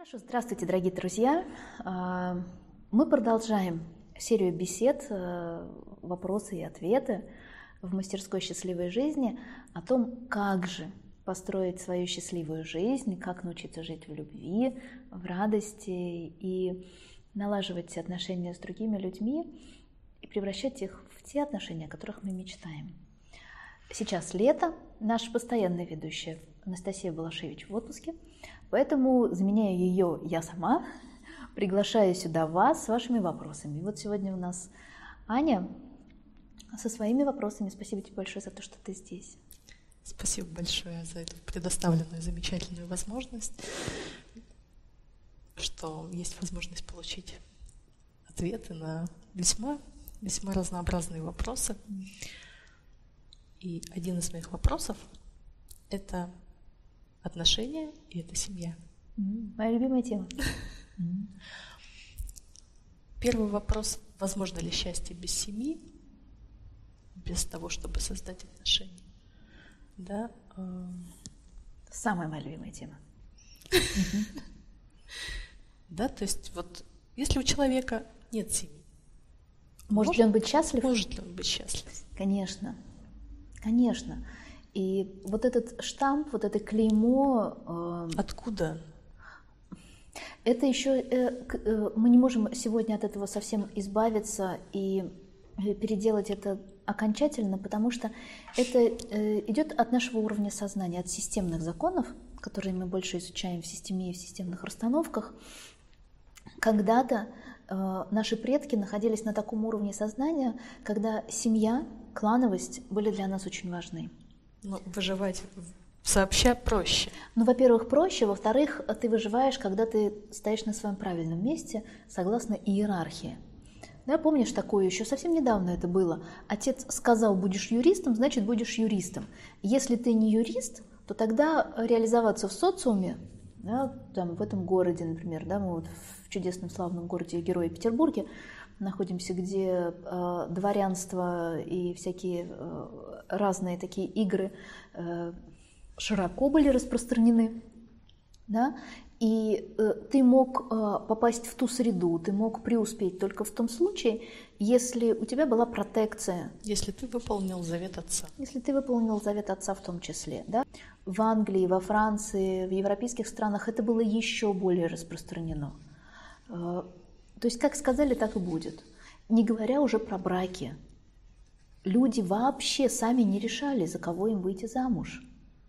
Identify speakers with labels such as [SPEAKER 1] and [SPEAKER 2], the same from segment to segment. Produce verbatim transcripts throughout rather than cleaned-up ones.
[SPEAKER 1] Хорошо, здравствуйте, дорогие друзья. Мы продолжаем серию бесед, вопросы и ответы в мастерской счастливой жизни о том, как же построить свою счастливую жизнь, как научиться жить в любви, в радости и налаживать отношения с другими людьми и превращать их в те отношения, о которых мы мечтаем. Сейчас лето, наша постоянная ведущая Анастасия Балашевич в отпуске, поэтому заменяю ее я сама, приглашаю сюда вас с вашими вопросами. И вот сегодня у нас Аня со своими вопросами. Спасибо тебе большое за то, что ты здесь.
[SPEAKER 2] Спасибо большое за эту предоставленную замечательную возможность, что есть возможность получить ответы на весьма, весьма разнообразные вопросы. И один из моих вопросов — это отношения и это семья.
[SPEAKER 1] Mm-hmm. Моя любимая тема.
[SPEAKER 2] Mm-hmm. Первый вопрос: возможно ли счастье без семьи, без того, чтобы создать отношения? Да.
[SPEAKER 1] Самая моя любимая тема.
[SPEAKER 2] Да, то есть вот если у человека нет семьи,
[SPEAKER 1] может ли он быть счастлив?
[SPEAKER 2] Может ли он быть счастлив?
[SPEAKER 1] Конечно, конечно. И вот этот штамп, вот это клеймо...
[SPEAKER 2] Э, Откуда?
[SPEAKER 1] Это еще... Э, э, мы не можем сегодня от этого совсем избавиться и переделать это окончательно, потому что это э, идет от нашего уровня сознания, от системных законов, которые мы больше изучаем в системе и в системных расстановках. Когда-то э, наши предки находились на таком уровне сознания, когда семья, клановость были для нас очень важны.
[SPEAKER 2] Ну, выживать сообща проще.
[SPEAKER 1] Ну, во-первых, проще. Во-вторых, ты выживаешь, когда ты стоишь на своем правильном месте, согласно иерархии. Да, помнишь такое? Еще совсем недавно это было. Отец сказал, будешь юристом, значит, будешь юристом. Если ты не юрист, то тогда реализоваться в социуме, да, там, в этом городе, например, да, мы вот в чудесном славном городе Герои Петербурге находимся, где э, дворянство и всякие э, разные такие игры э, широко были распространены, да, и э, ты мог э, попасть в ту среду, ты мог преуспеть только в том случае, если у тебя была протекция.
[SPEAKER 2] Если ты выполнил завет отца.
[SPEAKER 1] Если ты выполнил завет отца в том числе, да. В Англии, во Франции, в европейских странах это было еще более распространено. Э, То есть, как сказали, так и будет. Не говоря уже про браки. Люди вообще сами не решали, за кого им выйти замуж.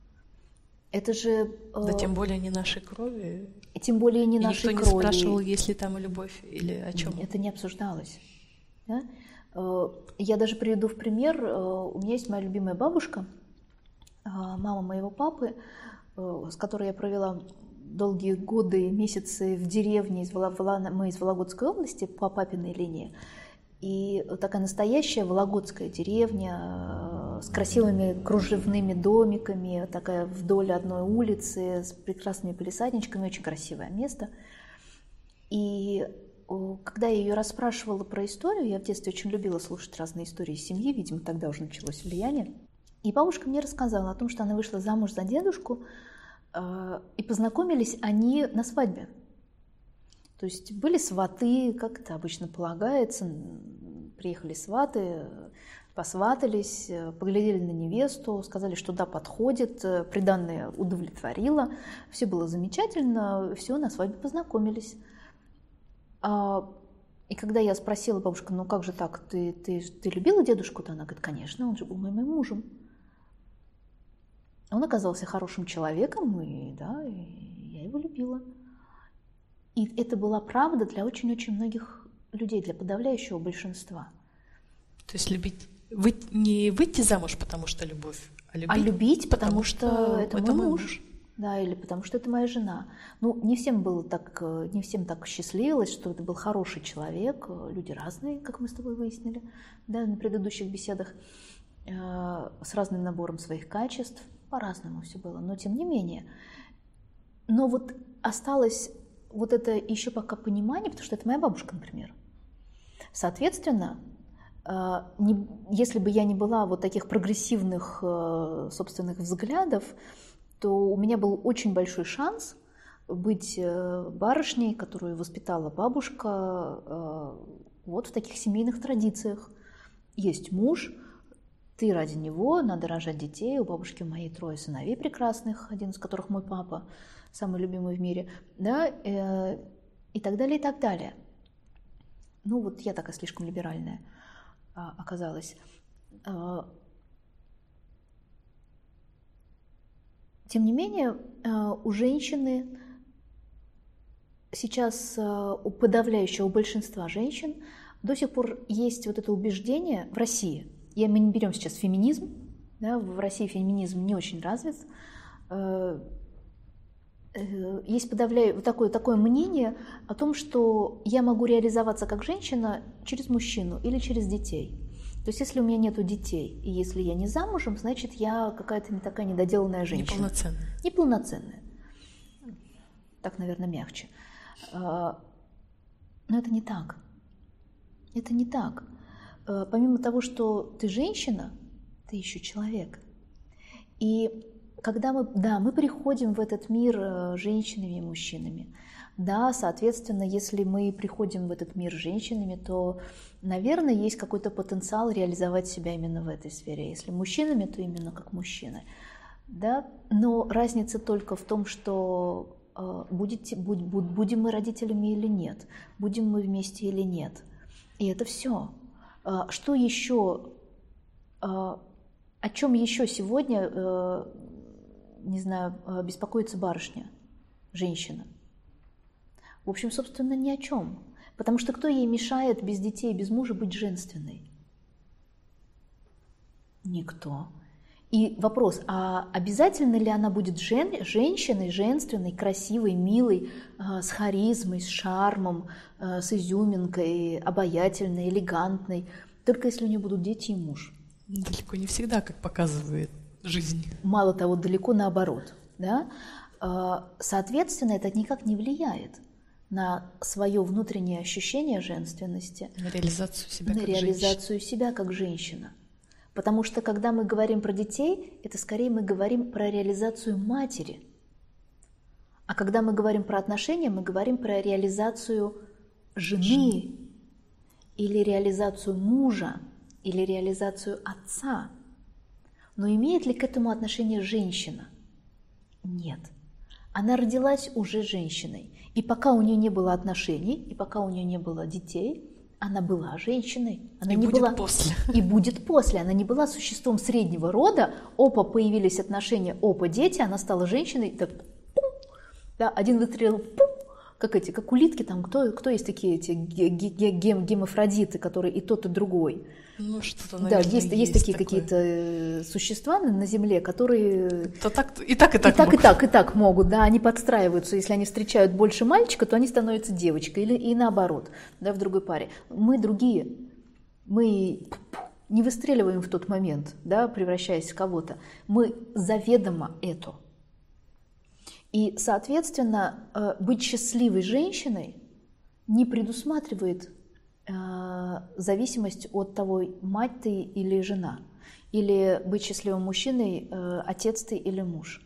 [SPEAKER 1] Это же...
[SPEAKER 2] Да, э, тем более не нашей крови.
[SPEAKER 1] И тем более не
[SPEAKER 2] и
[SPEAKER 1] нашей
[SPEAKER 2] никто
[SPEAKER 1] крови.
[SPEAKER 2] Не спрашивал, есть ли там любовь или о чем.
[SPEAKER 1] Это не обсуждалось. Да? Я даже приведу в пример. У меня есть моя любимая бабушка, мама моего папы, с которой я провела долгие годы и месяцы в деревне, из Воло... мы из Вологодской области по папиной линии. И такая настоящая вологодская деревня с красивыми кружевными домиками, такая вдоль одной улицы, с прекрасными палисадничками, очень красивое место. И когда я ее расспрашивала про историю, я в детстве очень любила слушать разные истории семьи, видимо, тогда уже началось влияние. И бабушка мне рассказала о том, что она вышла замуж за дедушку, и познакомились они на свадьбе. То есть были сваты, как это обычно полагается, приехали сваты, посватались, поглядели на невесту, сказали, что да, подходит, приданное удовлетворило, все было замечательно, все, на свадьбе познакомились. И когда я спросила бабушку, ну как же так, ты, ты, ты любила дедушку-то? Она говорит, конечно, он же был моим мужем. Он оказался хорошим человеком, и, да, и я его любила. И это была правда для очень-очень многих людей, для подавляющего большинства.
[SPEAKER 2] То есть любить, вы, не выйти замуж, потому что любовь, а любить,
[SPEAKER 1] а любить потому, потому что, что это,
[SPEAKER 2] это
[SPEAKER 1] мой
[SPEAKER 2] мой
[SPEAKER 1] муж.
[SPEAKER 2] муж.
[SPEAKER 1] Да, или потому что это моя жена. Ну, не всем было так, не всем так счастливилось, что это был хороший человек. Люди разные, как мы с тобой выяснили, да, на предыдущих беседах, с разным набором своих качеств. По-разному все было, но тем не менее. Но вот осталось вот это еще пока понимание, потому что это моя бабушка, например. Соответственно, если бы я не была вот таких прогрессивных собственных взглядов, то у меня был очень большой шанс быть барышней, которую воспитала бабушка, вот в таких семейных традициях. Есть муж, ты ради него, надо рожать детей. У бабушки моей трое сыновей прекрасных, один из которых мой папа, самый любимый в мире, да, и так далее, и так далее. Ну вот я такая слишком либеральная оказалась. Тем не менее, у женщины сейчас, у подавляющего большинства женщин, до сих пор есть вот это убеждение в России. Я, мы не берем сейчас феминизм, да, в России феминизм не очень развит. Есть подавляющее вот такое, такое мнение о том, что я могу реализоваться как женщина через мужчину или через детей. То есть если у меня нет детей, и если я не замужем, значит, я какая-то не такая недоделанная женщина.
[SPEAKER 2] Неполноценная.
[SPEAKER 1] Неполноценная. Так, наверное, мягче. Но это не так. Это не так. Помимо того, что ты женщина, ты еще человек. И когда мы, да, мы приходим в этот мир женщинами и мужчинами, да, соответственно, если мы приходим в этот мир женщинами, то, наверное, есть какой-то потенциал реализовать себя именно в этой сфере. Если мужчинами, то именно как мужчины. Да? Но разница только в том, что э, будете, будь, будь, будем мы родителями или нет, будем мы вместе или нет. И это все. Э, что еще, э, о чем еще сегодня, э, не знаю, беспокоится барышня, женщина? В общем, собственно, ни о чем. Потому что кто ей мешает без детей, без мужа быть женственной? Никто. И вопрос, а обязательно ли она будет жен, женщиной, женственной, красивой, милой, э, с харизмой, с шармом, э, с изюминкой, обаятельной, элегантной, только если у нее будут дети и муж?
[SPEAKER 2] Далеко не всегда, как показывает жизнь.
[SPEAKER 1] Мало того, далеко наоборот. Да? Э, соответственно, это никак не влияет на свое внутреннее ощущение женственности,
[SPEAKER 2] на реализацию себя,
[SPEAKER 1] на
[SPEAKER 2] как,
[SPEAKER 1] реализацию
[SPEAKER 2] женщина.
[SPEAKER 1] себя как женщина. Потому что когда мы говорим про детей, это скорее мы говорим про реализацию матери. А когда мы говорим про отношения, мы говорим про реализацию жены, жены. Или реализацию мужа, или реализацию отца. Но имеет ли к этому отношение женщина? Нет. Она родилась уже женщиной. И пока у нее не было отношений, и пока у нее не было детей, она была женщиной. Она
[SPEAKER 2] и
[SPEAKER 1] не
[SPEAKER 2] будет
[SPEAKER 1] была...
[SPEAKER 2] после.
[SPEAKER 1] И будет после. Она не была существом среднего рода. Опа, появились отношения, опа, дети, она стала женщиной. Так, пум, да, один выстрелил, пум, как эти, как улитки, там, кто, кто есть такие эти гем, гемофродиты, которые и тот, и другой.
[SPEAKER 2] Ну, что-то, наверное,
[SPEAKER 1] да, есть, есть, есть такие
[SPEAKER 2] такое.
[SPEAKER 1] какие-то существа на Земле, которые
[SPEAKER 2] то так, и так, и так,
[SPEAKER 1] и так,
[SPEAKER 2] могут.
[SPEAKER 1] и так, и так могут, да, они подстраиваются. Если они встречают больше мальчика, то они становятся девочкой, или и наоборот, да, в другой паре. Мы другие, мы не выстреливаем в тот момент, да, превращаясь в кого-то. Мы заведомо это. И, соответственно, быть счастливой женщиной не предусматривает зависимость от того, мать ты или жена, или быть счастливым мужчиной, отец ты или муж.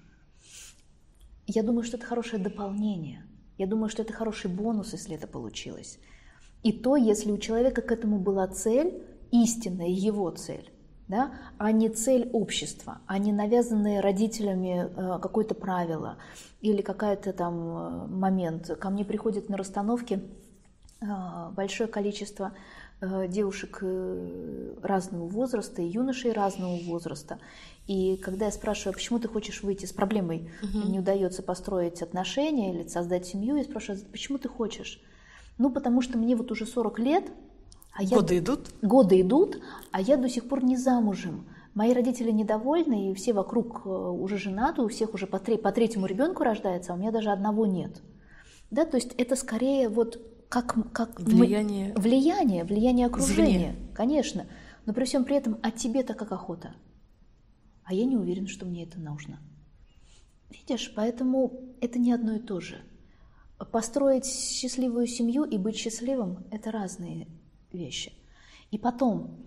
[SPEAKER 1] Я думаю, что это хорошее дополнение. Я думаю, что это хороший бонус, если это получилось. И то, если у человека к этому была цель, истинная его цель, да, а не цель общества, а не навязанные родителями какое-то правило или какой-то там момент. Ко мне приходят на расстановки большое количество девушек разного возраста и юношей разного возраста. И когда я спрашиваю, почему ты хочешь выйти с проблемой, угу. не удается построить отношения или создать семью, я спрашиваю, почему ты хочешь? Ну, потому что мне вот уже сорок лет. А
[SPEAKER 2] годы
[SPEAKER 1] я...
[SPEAKER 2] идут?
[SPEAKER 1] Годы идут, а я до сих пор не замужем. Мои родители недовольны, и все вокруг уже женаты, у всех уже по, тре... по третьему ребенку рождается, а у меня даже одного нет. Да, то есть это скорее вот как, как
[SPEAKER 2] влияние...
[SPEAKER 1] Мы... влияние, влияние окружения,
[SPEAKER 2] извне.
[SPEAKER 1] Конечно. Но при всем при этом, а тебе-то как охота? А я не уверена, что мне это нужно. Видишь, поэтому это не одно и то же. Построить счастливую семью и быть счастливым – это разные вещи. И потом,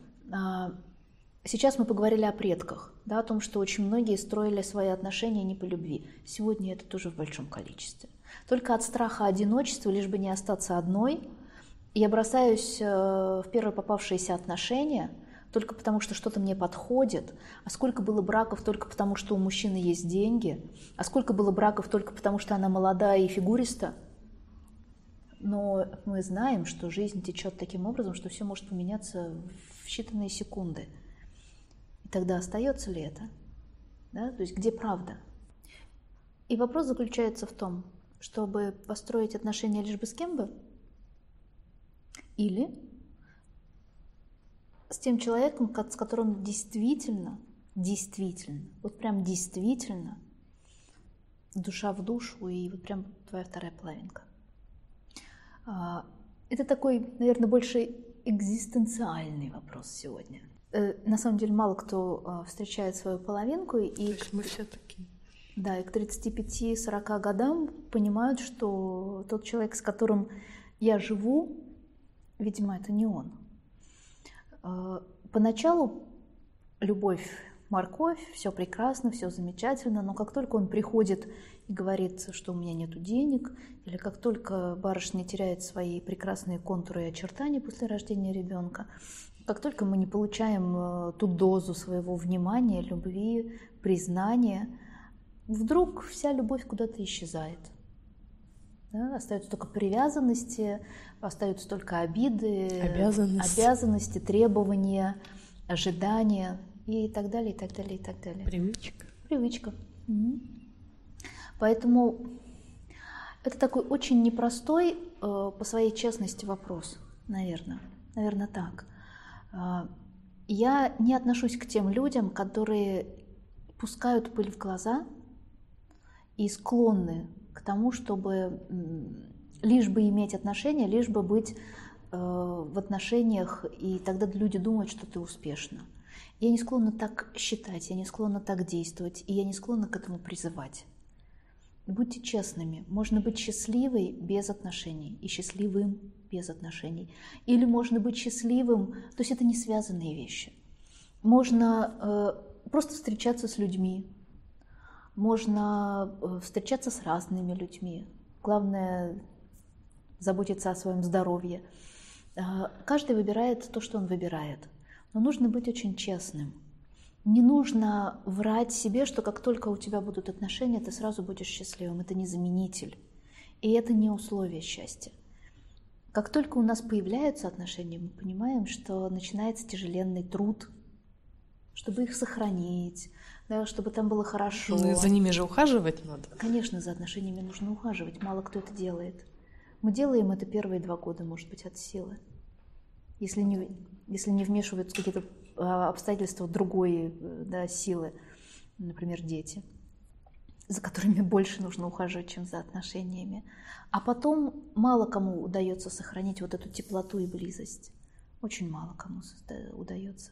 [SPEAKER 1] сейчас мы поговорили о предках, да, о том, что очень многие строили свои отношения не по любви. Сегодня это тоже в большом количестве. Только от страха одиночества, лишь бы не остаться одной, я бросаюсь в первые попавшиеся отношения только потому, что что-то мне подходит. А сколько было браков только потому, что у мужчины есть деньги? А сколько было браков только потому, что она молодая и фигуриста? Но мы знаем, что жизнь течет таким образом, что все может поменяться в считанные секунды. И тогда остается ли это? Да? То есть где правда? И вопрос заключается в том, чтобы построить отношения лишь бы с кем бы, или с тем человеком, с которым действительно, действительно, вот прям действительно душа в душу и вот прям твоя вторая половинка. Это такой, наверное, больше экзистенциальный вопрос сегодня. На самом деле мало кто встречает свою половинку. И
[SPEAKER 2] То есть мы все такие.
[SPEAKER 1] Да, и к тридцати пяти сорока годам понимают, что тот человек, с которым я живу, видимо, это не он. Поначалу любовь, морковь, все прекрасно, все замечательно, но как только он приходит и говорит, что у меня нет денег, или как только барышня теряет свои прекрасные контуры и очертания после рождения ребенка, как только мы не получаем ту дозу своего внимания, любви, признания, вдруг вся любовь куда-то исчезает. Да? Остаются только привязанности, остаются только обиды,
[SPEAKER 2] обязанности.
[SPEAKER 1] обязанности, требования, ожидания и так далее, и так далее, и так далее.
[SPEAKER 2] Привычка.
[SPEAKER 1] Привычка. Угу. Поэтому это такой очень непростой э, по своей честности вопрос, наверное. Наверное, так. Э, я не отношусь к тем людям, которые пускают пыль в глаза и склонны к тому, чтобы лишь бы иметь отношения, лишь бы быть э, в отношениях, и тогда люди думают, что ты успешна. Я не склонна так считать, я не склонна так действовать, и я не склонна к этому призывать. Будьте честными. Можно быть счастливой без отношений и счастливым без отношений. Или можно быть счастливым, то есть это не связанные вещи. Можно э, просто встречаться с людьми, можно э, встречаться с разными людьми. Главное заботиться о своем здоровье. Э, каждый выбирает то, что он выбирает. Но нужно быть очень честным. Не нужно врать себе, что как только у тебя будут отношения, ты сразу будешь счастливым. Это не заменитель. И это не условие счастья. Как только у нас появляются отношения, мы понимаем, что начинается тяжеленный труд, чтобы их сохранить, да, чтобы там было хорошо.
[SPEAKER 2] Ну и за ними же ухаживать надо.
[SPEAKER 1] Конечно, за отношениями нужно ухаживать. Мало кто это делает. Мы делаем это первые два года, может быть, от силы. Если не, если не вмешиваются какие-то обстоятельства другой, да, силы, например, дети, за которыми больше нужно ухаживать, чем за отношениями. А потом мало кому удается сохранить вот эту теплоту и близость. Очень мало кому удается.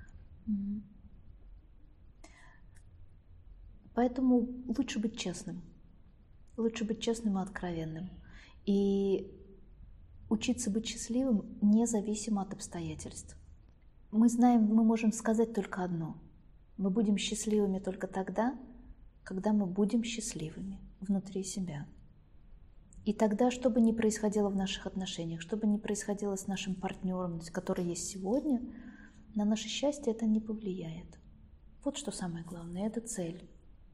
[SPEAKER 1] Поэтому лучше быть честным. Лучше быть честным и откровенным. И учиться быть счастливым независимо от обстоятельств. Мы знаем, мы можем сказать только одно. Мы будем счастливыми только тогда, когда мы будем счастливыми внутри себя. И тогда, что бы ни происходило в наших отношениях, что бы ни происходило с нашим партнером, который есть сегодня, на наше счастье это не повлияет. Вот что самое главное, это цель.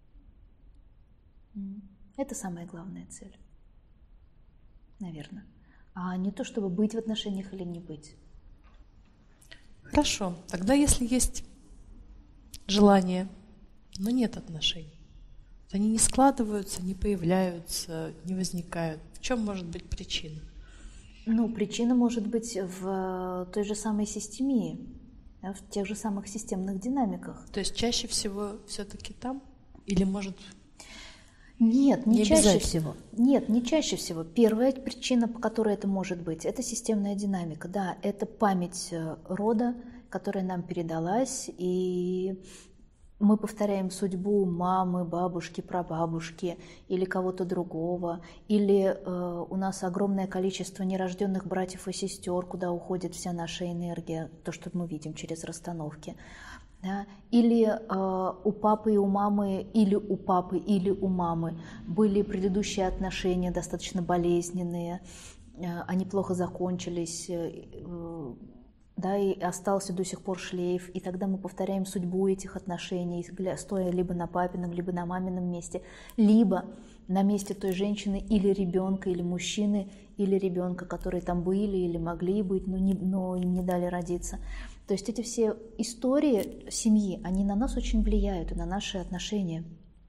[SPEAKER 1] Это самая главная цель, наверное. А не то, чтобы быть в отношениях или не быть.
[SPEAKER 2] Хорошо. Тогда если есть желание, но нет отношений, они не складываются, не появляются, не возникают. В чем может быть причина?
[SPEAKER 1] Ну, причина может быть в той же самой системии, в тех же самых системных динамиках.
[SPEAKER 2] То есть чаще всего все-таки там? Или может...
[SPEAKER 1] Нет, не,
[SPEAKER 2] не
[SPEAKER 1] чаще всего. Нет, не чаще всего. Первая причина, по которой это может быть, это системная динамика. Да, это память рода, которая нам передалась, и мы повторяем судьбу мамы, бабушки, прабабушки или кого-то другого, или э, у нас огромное количество нерожденных братьев и сестер, куда уходит вся наша энергия, то, что мы видим через расстановки. Да? Или э, у папы и у мамы, или у папы, или у мамы были предыдущие отношения достаточно болезненные, э, они плохо закончились, э, э, да, и остался до сих пор шлейф, и тогда мы повторяем судьбу этих отношений, стоя либо на папином, либо на мамином месте, либо на месте той женщины или ребенка, или мужчины, или ребенка, которые там были или могли быть, но, не, но им не дали родиться. То есть эти все истории семьи, они на нас очень влияют и на наши отношения.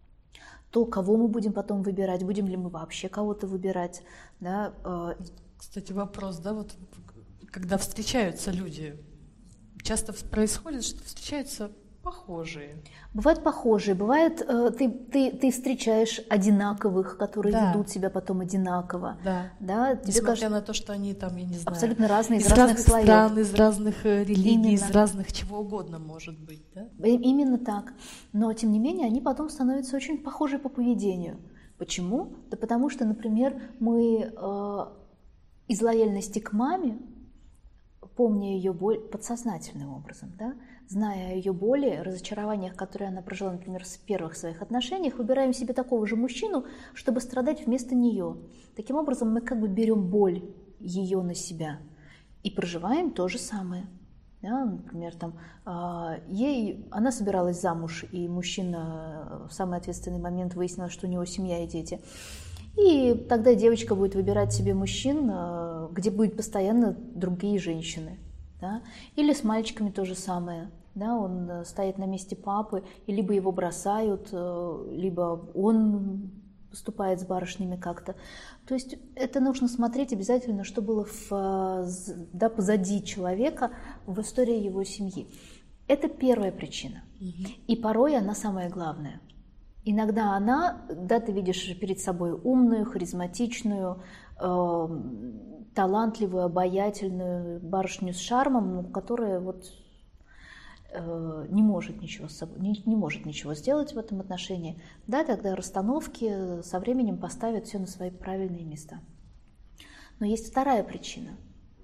[SPEAKER 1] То, кого мы будем потом выбирать, будем ли мы вообще кого-то выбирать. Да?
[SPEAKER 2] Кстати, вопрос, да, вот когда встречаются люди, часто происходит, что встречаются похожие.
[SPEAKER 1] Бывают похожие, бывает, ты, ты, ты встречаешь одинаковых, которые да. ведут себя потом одинаково.
[SPEAKER 2] Да.
[SPEAKER 1] Да?
[SPEAKER 2] Тебе Несмотря кажется, на то, что они там, я не знаю,
[SPEAKER 1] абсолютно разные, из,
[SPEAKER 2] из
[SPEAKER 1] разных,
[SPEAKER 2] разных
[SPEAKER 1] слоев.
[SPEAKER 2] стран, из разных религий, Именно. из разных чего угодно может быть. Да?
[SPEAKER 1] Именно так. Но, тем не менее, они потом становятся очень похожи по поведению. Почему? Да потому что, например, мы э, из лояльности к маме, помня ее боль подсознательным образом, да, зная о ее боли, разочарованиях, которые она прожила, например, в первых своих отношениях, выбираем себе такого же мужчину, чтобы страдать вместо нее. Таким образом, мы как бы берем боль ее на себя и проживаем то же самое. Да, например, там, ей, она собиралась замуж, и мужчина в самый ответственный момент выяснил, что у него семья и дети. И тогда девочка будет выбирать себе мужчин, где будет постоянно другие женщины. Да? Или с мальчиками то же самое. Да? Он стоит на месте папы, и либо его бросают, либо он поступает с барышнями как-то. То есть это нужно смотреть обязательно, что было в, да, позади человека в истории его семьи. Это первая причина. Угу. И порой она самая главная. Иногда она, да, ты видишь перед собой умную, харизматичную, э, талантливую, обаятельную барышню с шармом, которая вот, э, не может ничего с собой, не, не может ничего сделать в этом отношении. Да, тогда расстановки со временем поставят все на свои правильные места. Но есть вторая причина.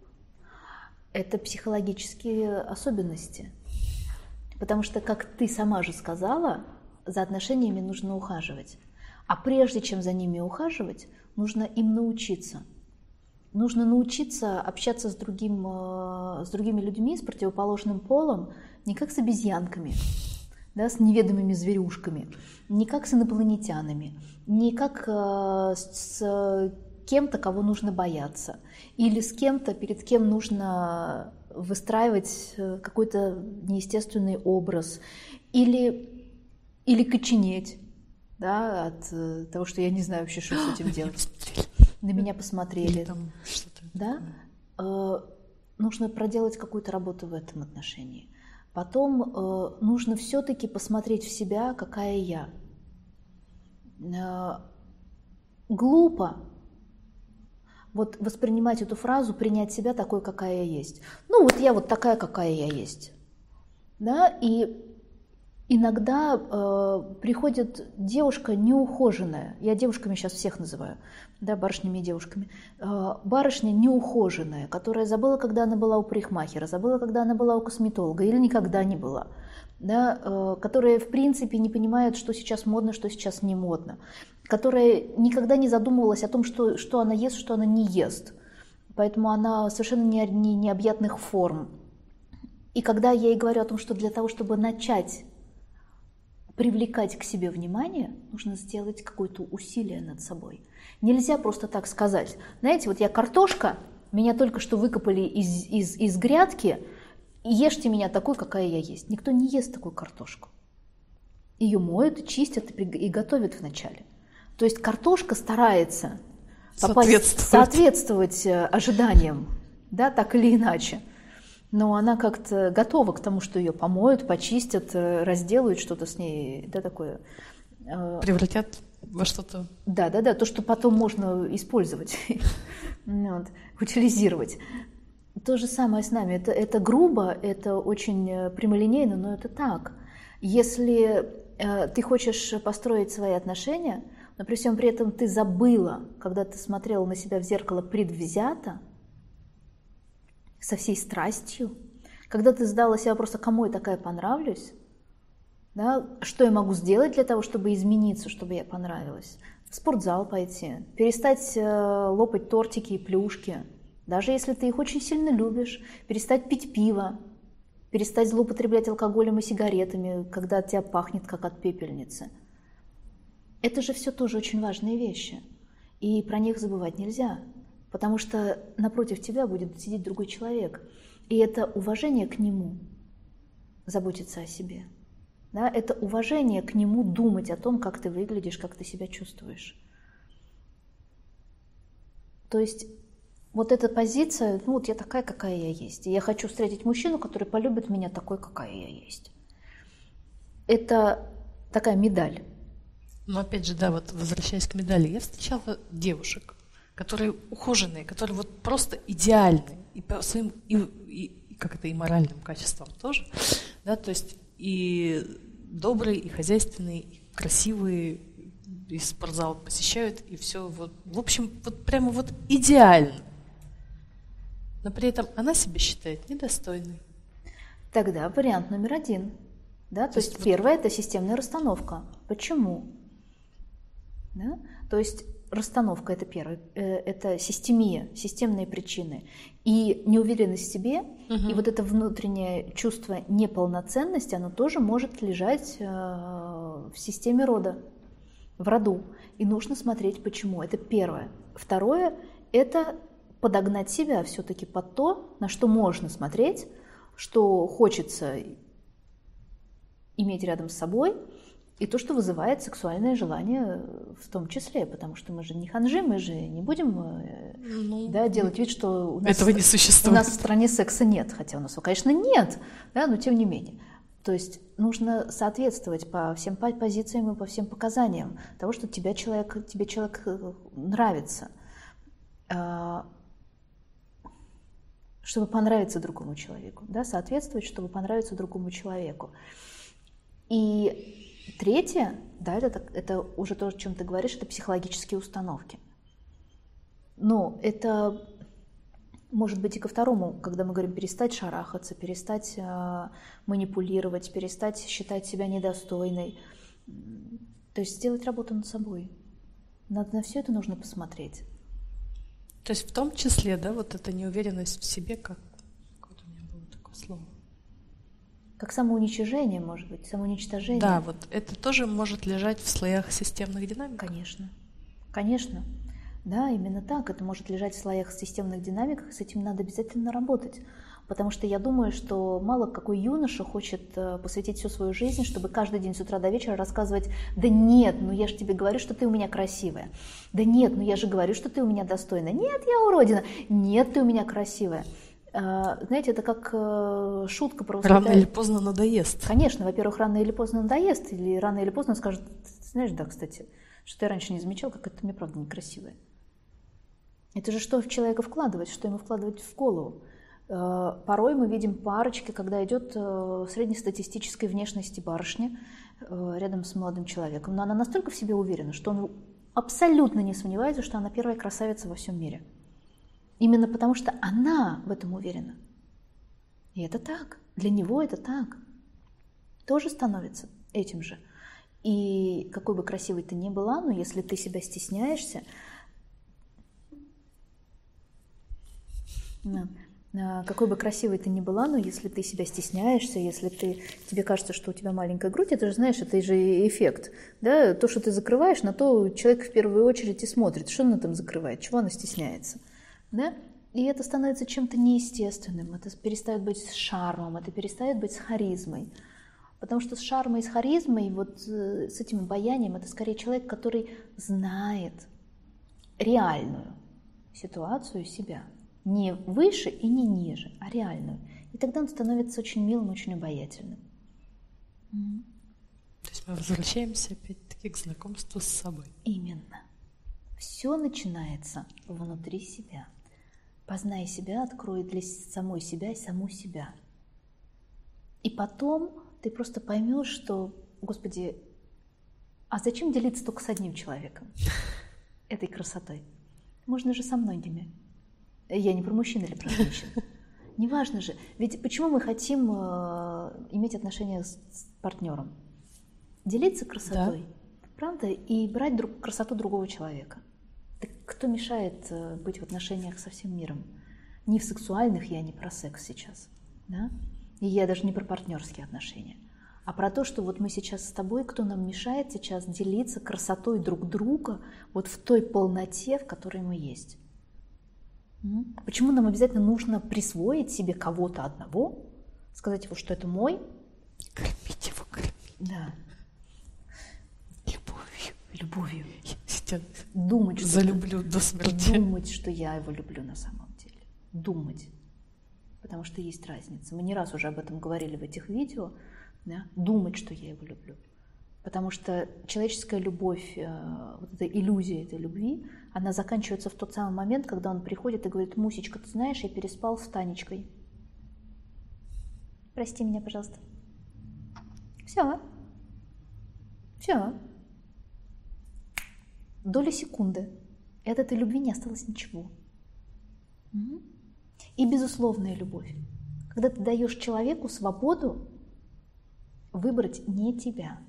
[SPEAKER 1] Это психологические особенности. Потому что, как ты сама же сказала, за отношениями нужно ухаживать. А прежде чем за ними ухаживать, нужно им научиться. Нужно научиться общаться с, другим, с другими людьми, с противоположным полом, не как с обезьянками, да, с неведомыми зверюшками, не как с инопланетянами, не как с кем-то, кого нужно бояться, или с кем-то, перед кем нужно выстраивать какой-то неестественный образ, или Или коченеть, да, от того, что я не знаю вообще, что с этим делать. На меня посмотрели.
[SPEAKER 2] Там что-то.
[SPEAKER 1] Да? Э, нужно проделать какую-то работу в этом отношении. Потом э, нужно все-таки посмотреть в себя, какая я. Э, глупо вот воспринимать эту фразу, принять себя такой, какая я есть. Ну вот я вот такая, какая я есть. Да, и иногда э, приходит девушка неухоженная, я девушками сейчас всех называю, да, барышнями и девушками, э, барышня неухоженная, которая забыла, когда она была у парикмахера, забыла, когда она была у косметолога или никогда не была, да, э, которая в принципе не понимает, что сейчас модно, что сейчас не модно, которая никогда не задумывалась о том, что, что она ест, что она не ест, поэтому она совершенно не, не, необъятных форм. И когда я ей говорю о том, что для того, чтобы начать привлекать к себе внимание, нужно сделать какое-то усилие над собой. Нельзя просто так сказать. Знаете, вот я картошка, меня только что выкопали из, из, из грядки, и ешьте меня такой, какая я есть. Никто не ест такую картошку. Ее моют, чистят и готовят вначале. То есть картошка старается попасть, соответствовать ожиданиям, да, так или иначе. Но она как-то готова к тому, что ее помоют, почистят, разделают что-то с ней, да, такое.
[SPEAKER 2] Превратят во что-то.
[SPEAKER 1] Да, да, да, то, что потом можно использовать, вот, утилизировать. То же самое с нами. Это, это грубо, это очень прямолинейно, но это так. Если э, ты хочешь построить свои отношения, но при всем при этом ты забыла, когда ты смотрела на себя в зеркало предвзято, со всей страстью, Когда ты задала себе вопрос, а кому я такая понравлюсь, да, что я могу сделать для того, чтобы измениться, чтобы я понравилась? В спортзал пойти, перестать э, лопать тортики и плюшки, даже если ты их очень сильно любишь, перестать пить пиво, перестать злоупотреблять алкоголем и сигаретами, когда от тебя пахнет, как от пепельницы. Это же все тоже очень важные вещи, и про них забывать нельзя, потому что напротив тебя будет сидеть другой человек, и это уважение к нему, заботиться о себе. Да, это уважение к нему, думать о том, как ты выглядишь, как ты себя чувствуешь. То есть вот эта позиция, ну вот я такая, какая я есть. И я хочу встретить мужчину, который полюбит меня такой, какая я есть. Это такая медаль.
[SPEAKER 2] Но опять же, да, вот возвращаясь к медали, я встречала девушек, которые ухоженные, которые вот просто идеальны. И по своим, и, и, как это, и моральным качествам тоже. Да, то есть и добрые, и хозяйственные, и красивые, и спортзал посещают, и все вот, в общем, вот прямо вот идеально. Но при этом она себя считает недостойной.
[SPEAKER 1] Тогда вариант номер один. Да? То, то есть, есть вот... первое – это системная расстановка. Почему? Да? То есть расстановка – это первое, это системия, системные причины. И неуверенность в себе, угу. и вот это внутреннее чувство неполноценности, оно тоже может лежать в системе рода, в роду. И нужно смотреть, почему. Это первое. Второе – это подогнать себя все-таки под то, на что можно смотреть, что хочется иметь рядом с собой, и то, что вызывает сексуальное желание в том числе, потому что мы же не ханжи, мы же не будем ну, да, делать вид, что у нас,
[SPEAKER 2] этого не существует.
[SPEAKER 1] У нас в стране секса нет, хотя у нас его, конечно, нет, да, но тем не менее. То есть нужно соответствовать по всем позициям и по всем показаниям того, что тебе человек, тебе человек нравится, чтобы понравиться другому человеку, да, соответствовать, чтобы понравиться другому человеку. И третье, да, это, это уже то, о чем ты говоришь, это психологические установки. Но это может быть и ко второму, когда мы говорим перестать шарахаться, перестать э, манипулировать, перестать считать себя недостойной. То есть сделать работу над собой. Надо на все это нужно посмотреть.
[SPEAKER 2] То есть в том числе, да, вот эта неуверенность в себе, как вот у меня было такое слово.
[SPEAKER 1] Как самоуничижение, может быть, самоуничтожение.
[SPEAKER 2] Да, вот это тоже может лежать в слоях системных динамик.
[SPEAKER 1] Конечно, конечно. Да, именно так. Это может лежать в слоях системных динамик, с этим надо обязательно работать. Потому что я думаю, что мало какой юноша хочет посвятить всю свою жизнь, чтобы каждый день с утра до вечера рассказывать: да нет, ну я же тебе говорю, что ты у меня красивая. Да нет, ну я же говорю, что ты у меня достойная. Нет, я уродина. Нет, ты у меня красивая. Знаете, это как шутка про воспитание.
[SPEAKER 2] Рано или поздно надоест.
[SPEAKER 1] Конечно, во-первых, рано или поздно надоест, или рано или поздно скажет: знаешь, да, кстати, что я раньше не замечал, как это мне правда некрасивое. Это же что в человека вкладывать, что ему вкладывать в голову. Порой мы видим парочки, когда идет среднестатистической внешности барышня рядом с молодым человеком, но она настолько в себе уверена, что он абсолютно не сомневается, что она первая красавица во всем мире. Именно потому, что она в этом уверена. И это так. Для него это так. Тоже становится этим же. И какой бы красивой ты ни была, но если ты себя стесняешься, какой бы красивой ты ни была, но если ты себя стесняешься, если ты, тебе кажется, что у тебя маленькая грудь, это же, знаешь, это же эффект. Да? То, что ты закрываешь, на то человек в первую очередь и смотрит, что она там закрывает, чего она стесняется. Да? И это становится чем-то неестественным, это перестает быть с шармом, это перестает быть с харизмой. Потому что с шармой и с харизмой, вот с этим обаянием, это скорее человек, который знает реальную ситуацию себя. Не выше и не ниже, а реальную. И тогда он становится очень милым, очень обаятельным.
[SPEAKER 2] Mm-hmm. То есть мы возвращаемся опять-таки к знакомству с собой.
[SPEAKER 1] Именно. Все начинается внутри себя. Познай себя, открой для самой себя и саму себя. И потом ты просто поймешь, что, Господи, а зачем делиться только с одним человеком этой красотой? Можно же со многими. Я не про мужчин или про женщин. неважно же. Ведь почему мы хотим э, иметь отношения с, с партнером? Делиться красотой, да. Правда? И брать друг, красоту другого человека. Так кто мешает э, быть в отношениях со всем миром? Не в сексуальных, я не про секс сейчас, да? И я даже не про партнерские отношения, а про то, что вот мы сейчас с тобой, кто нам мешает сейчас делиться красотой друг друга вот в той полноте, в которой мы есть. Почему нам обязательно нужно присвоить себе кого-то одного, сказать его, что это мой?
[SPEAKER 2] Кормить его, кормить.
[SPEAKER 1] Да.
[SPEAKER 2] Любовью.
[SPEAKER 1] Любовью.
[SPEAKER 2] Сейчас
[SPEAKER 1] думать, что
[SPEAKER 2] залюблю до смерти.
[SPEAKER 1] Думать, что я его люблю на самом деле. Думать. Потому что есть разница. Мы не раз уже об этом говорили в этих видео. Да? Думать, что я его люблю. Потому что человеческая любовь, вот эта иллюзия этой любви, она заканчивается в тот самый момент, когда он приходит и говорит: Мусечка, ты знаешь, я переспал с Танечкой. Прости меня, пожалуйста. Все. Все. Доля секунды. И от этой любви не осталось ничего. И безусловная любовь. Когда ты даешь человеку свободу выбрать не тебя.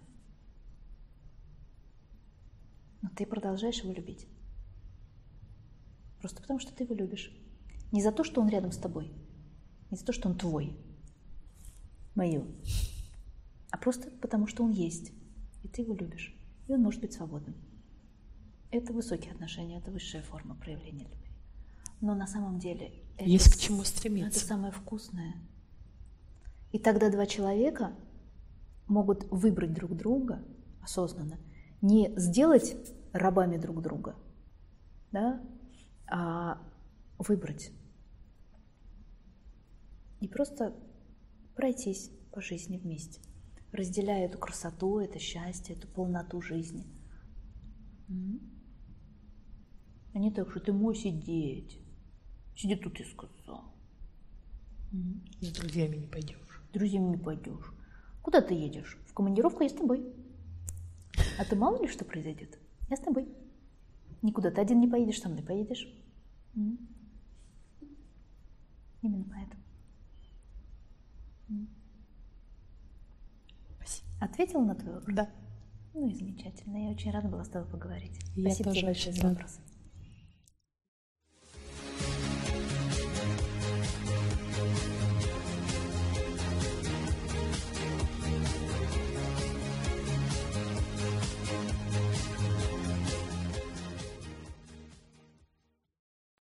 [SPEAKER 1] Но ты продолжаешь его любить. Просто потому, что ты его любишь. Не за то, что он рядом с тобой. Не за то, что он твой. Мое. А просто потому, что он есть. И ты его любишь. И он может быть свободным. Это высокие отношения, это высшая форма проявления любви. Но на самом деле... Это
[SPEAKER 2] есть к чему стремиться.
[SPEAKER 1] Это самое вкусное. И тогда два человека могут выбрать друг друга осознанно. Не сделать рабами друг друга, да, а выбрать. И просто пройтись по жизни вместе, разделяя эту красоту, это счастье, эту полноту жизни. А не так, что ты мой сидеть. Сиди тут, и сказал.
[SPEAKER 2] С друзьями не пойдешь.
[SPEAKER 1] С друзьями не пойдешь. Куда ты едешь? В командировку, я с тобой. А ты мало ли что произойдет? Я с тобой. Никуда ты один не поедешь, со мной поедешь. М-м. Именно поэтому. М-м.
[SPEAKER 2] Спасибо.
[SPEAKER 1] Ответила на твой вопрос?
[SPEAKER 2] Да.
[SPEAKER 1] Ну и замечательно. Я очень рада была с тобой поговорить.
[SPEAKER 2] Я
[SPEAKER 1] Спасибо
[SPEAKER 2] тоже
[SPEAKER 1] тебе большое
[SPEAKER 2] очень
[SPEAKER 1] за
[SPEAKER 2] рада.
[SPEAKER 1] вопрос.